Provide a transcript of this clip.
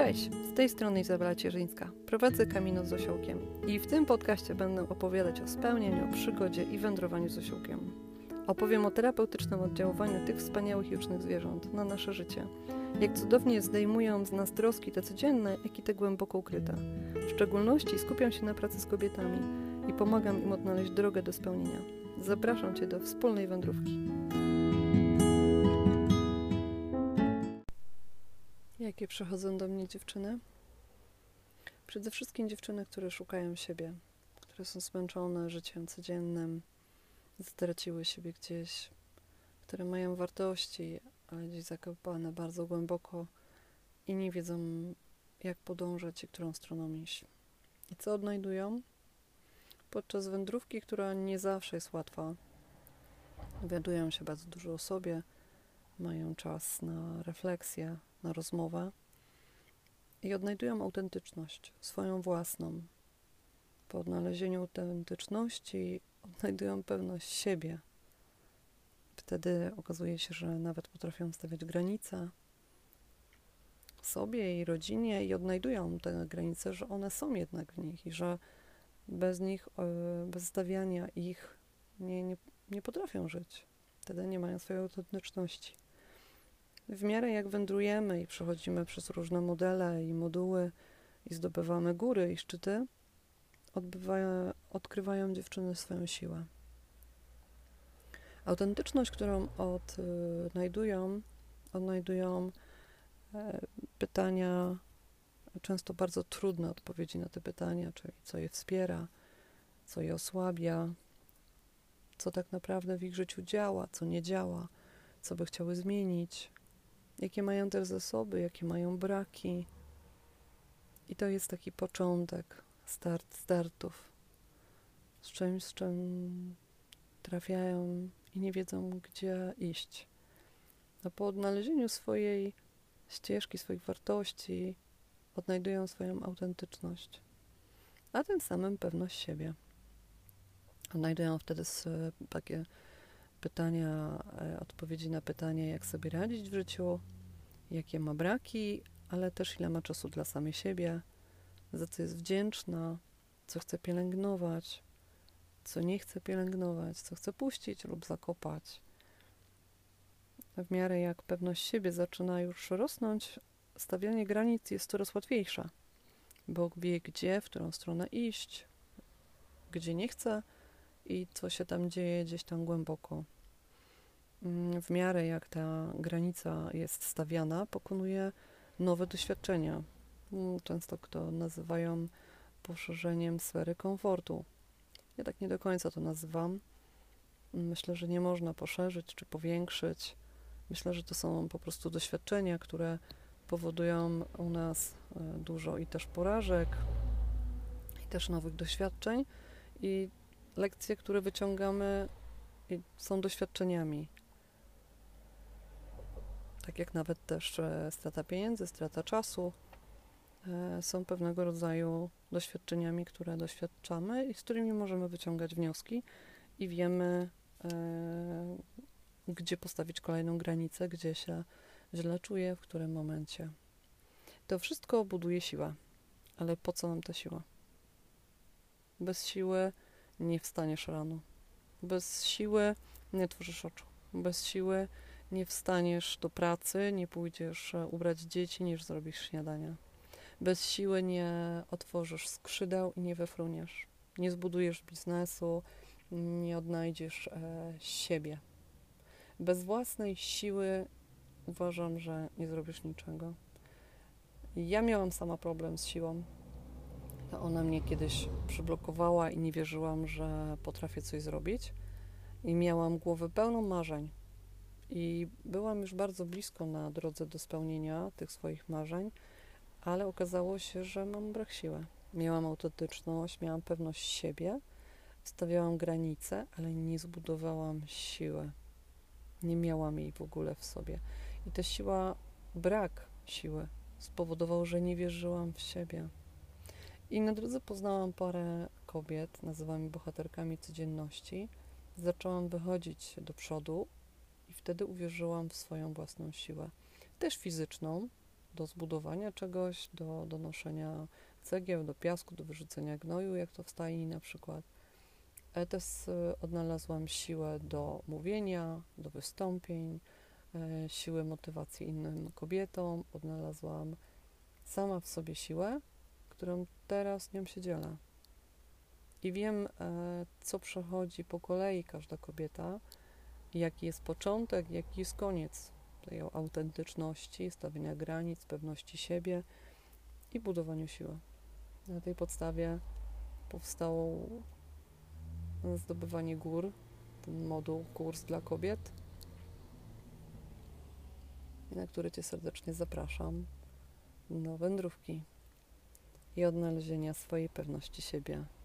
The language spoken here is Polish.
Cześć, z tej strony Izabela Cierzyńska. Prowadzę Camino z Osiołkiem i w tym podcaście będę opowiadać o spełnieniu, przygodzie i wędrowaniu z osiołkiem. Opowiem o terapeutycznym oddziaływaniu tych wspaniałych jucznych zwierząt na nasze życie. Jak cudownie zdejmują z nas troski te codzienne, jak i te głęboko ukryte. W szczególności skupiam się na pracy z kobietami i pomagam im odnaleźć drogę do spełnienia. Zapraszam Cię do wspólnej wędrówki. Jakie przychodzą do mnie dziewczyny? Przede wszystkim dziewczyny, które szukają siebie, które są zmęczone życiem codziennym, straciły siebie gdzieś, które mają wartości, ale gdzieś zakopane bardzo głęboko i nie wiedzą, jak podążać i którą stroną iść. I co odnajdują? Podczas wędrówki, która nie zawsze jest łatwa, dowiadują się bardzo dużo o sobie, mają czas na refleksję, na rozmowę i odnajdują autentyczność, swoją własną. Po odnalezieniu autentyczności odnajdują pewność siebie. Wtedy okazuje się, że nawet potrafią stawiać granice sobie i rodzinie i odnajdują te granice, że one są jednak w nich i że bez nich, bez stawiania ich nie potrafią żyć. Wtedy nie mają swojej autentyczności. W miarę jak wędrujemy i przechodzimy przez różne modele i moduły i zdobywamy góry i szczyty, odkrywają dziewczyny swoją siłę. Autentyczność, którą odnajdują pytania, często bardzo trudne odpowiedzi na te pytania, czyli co je wspiera, co je osłabia, co tak naprawdę w ich życiu działa, co nie działa, co by chciały zmienić, jakie mają też zasoby, jakie mają braki. I to jest taki początek, startów, z czym trafiają i nie wiedzą, gdzie iść. A po odnalezieniu swojej ścieżki, swoich wartości odnajdują swoją autentyczność, a tym samym pewność siebie. Odnajdują wtedy takie pytania, odpowiedzi na pytanie, jak sobie radzić w życiu, jakie ma braki, ale też ile ma czasu dla samej siebie, za co jest wdzięczna, co chce pielęgnować, co nie chce pielęgnować, co chce puścić lub zakopać. W miarę jak pewność siebie zaczyna już rosnąć, stawianie granic jest coraz łatwiejsze, bo wie gdzie, w którą stronę iść, gdzie nie chce i co się tam dzieje gdzieś tam głęboko. W miarę jak ta granica jest stawiana, pokonuje nowe doświadczenia. Często to nazywają poszerzeniem sfery komfortu. Ja tak nie do końca to nazywam. Myślę, że nie można poszerzyć czy powiększyć. Myślę, że to są po prostu doświadczenia, które powodują u nas dużo i też porażek, i też nowych doświadczeń. I lekcje, które wyciągamy, są doświadczeniami. Tak jak nawet też strata pieniędzy, strata czasu są pewnego rodzaju doświadczeniami, które doświadczamy i z którymi możemy wyciągać wnioski i wiemy, gdzie postawić kolejną granicę, gdzie się źle czuję, w którym momencie. To wszystko buduje siłę, ale po co nam ta siła? Bez siły nie wstaniesz rano. Bez siły nie otworzysz oczu. Bez siły nie wstaniesz do pracy, nie pójdziesz ubrać dzieci, nie zrobisz śniadania. Bez siły nie otworzysz skrzydeł i nie wyfruniesz. Nie zbudujesz biznesu, nie odnajdziesz siebie. Bez własnej siły uważam, że nie zrobisz niczego. Ja miałam sama problem z siłą. To ona mnie kiedyś przyblokowała i nie wierzyłam, że potrafię coś zrobić. I miałam głowę pełną marzeń. I byłam już bardzo blisko na drodze do spełnienia tych swoich marzeń, ale okazało się, że mam brak siły. Miałam autentyczność, miałam pewność siebie, stawiałam granice, ale nie zbudowałam siły. Nie miałam jej w ogóle w sobie. I ta siła, brak siły spowodował, że nie wierzyłam w siebie. I na drodze poznałam parę kobiet, nazywam je bohaterkami codzienności. Zaczęłam wychodzić do przodu i wtedy uwierzyłam w swoją własną siłę. Też fizyczną, do zbudowania czegoś, do donoszenia cegieł, do piasku, do wyrzucenia gnoju, jak to w stajni na przykład. Ale też odnalazłam siłę do mówienia, do wystąpień, siłę motywacji innym kobietom. Odnalazłam sama w sobie siłę, którą teraz nią się dzielę. I wiem, co przechodzi po kolei każda kobieta, jaki jest początek, jaki jest koniec tej autentyczności, stawiania granic, pewności siebie i budowaniu siły. Na tej podstawie powstało zdobywanie gór, ten moduł kurs dla kobiet, na który Cię serdecznie zapraszam do wędrówki i odnalezienia swojej pewności siebie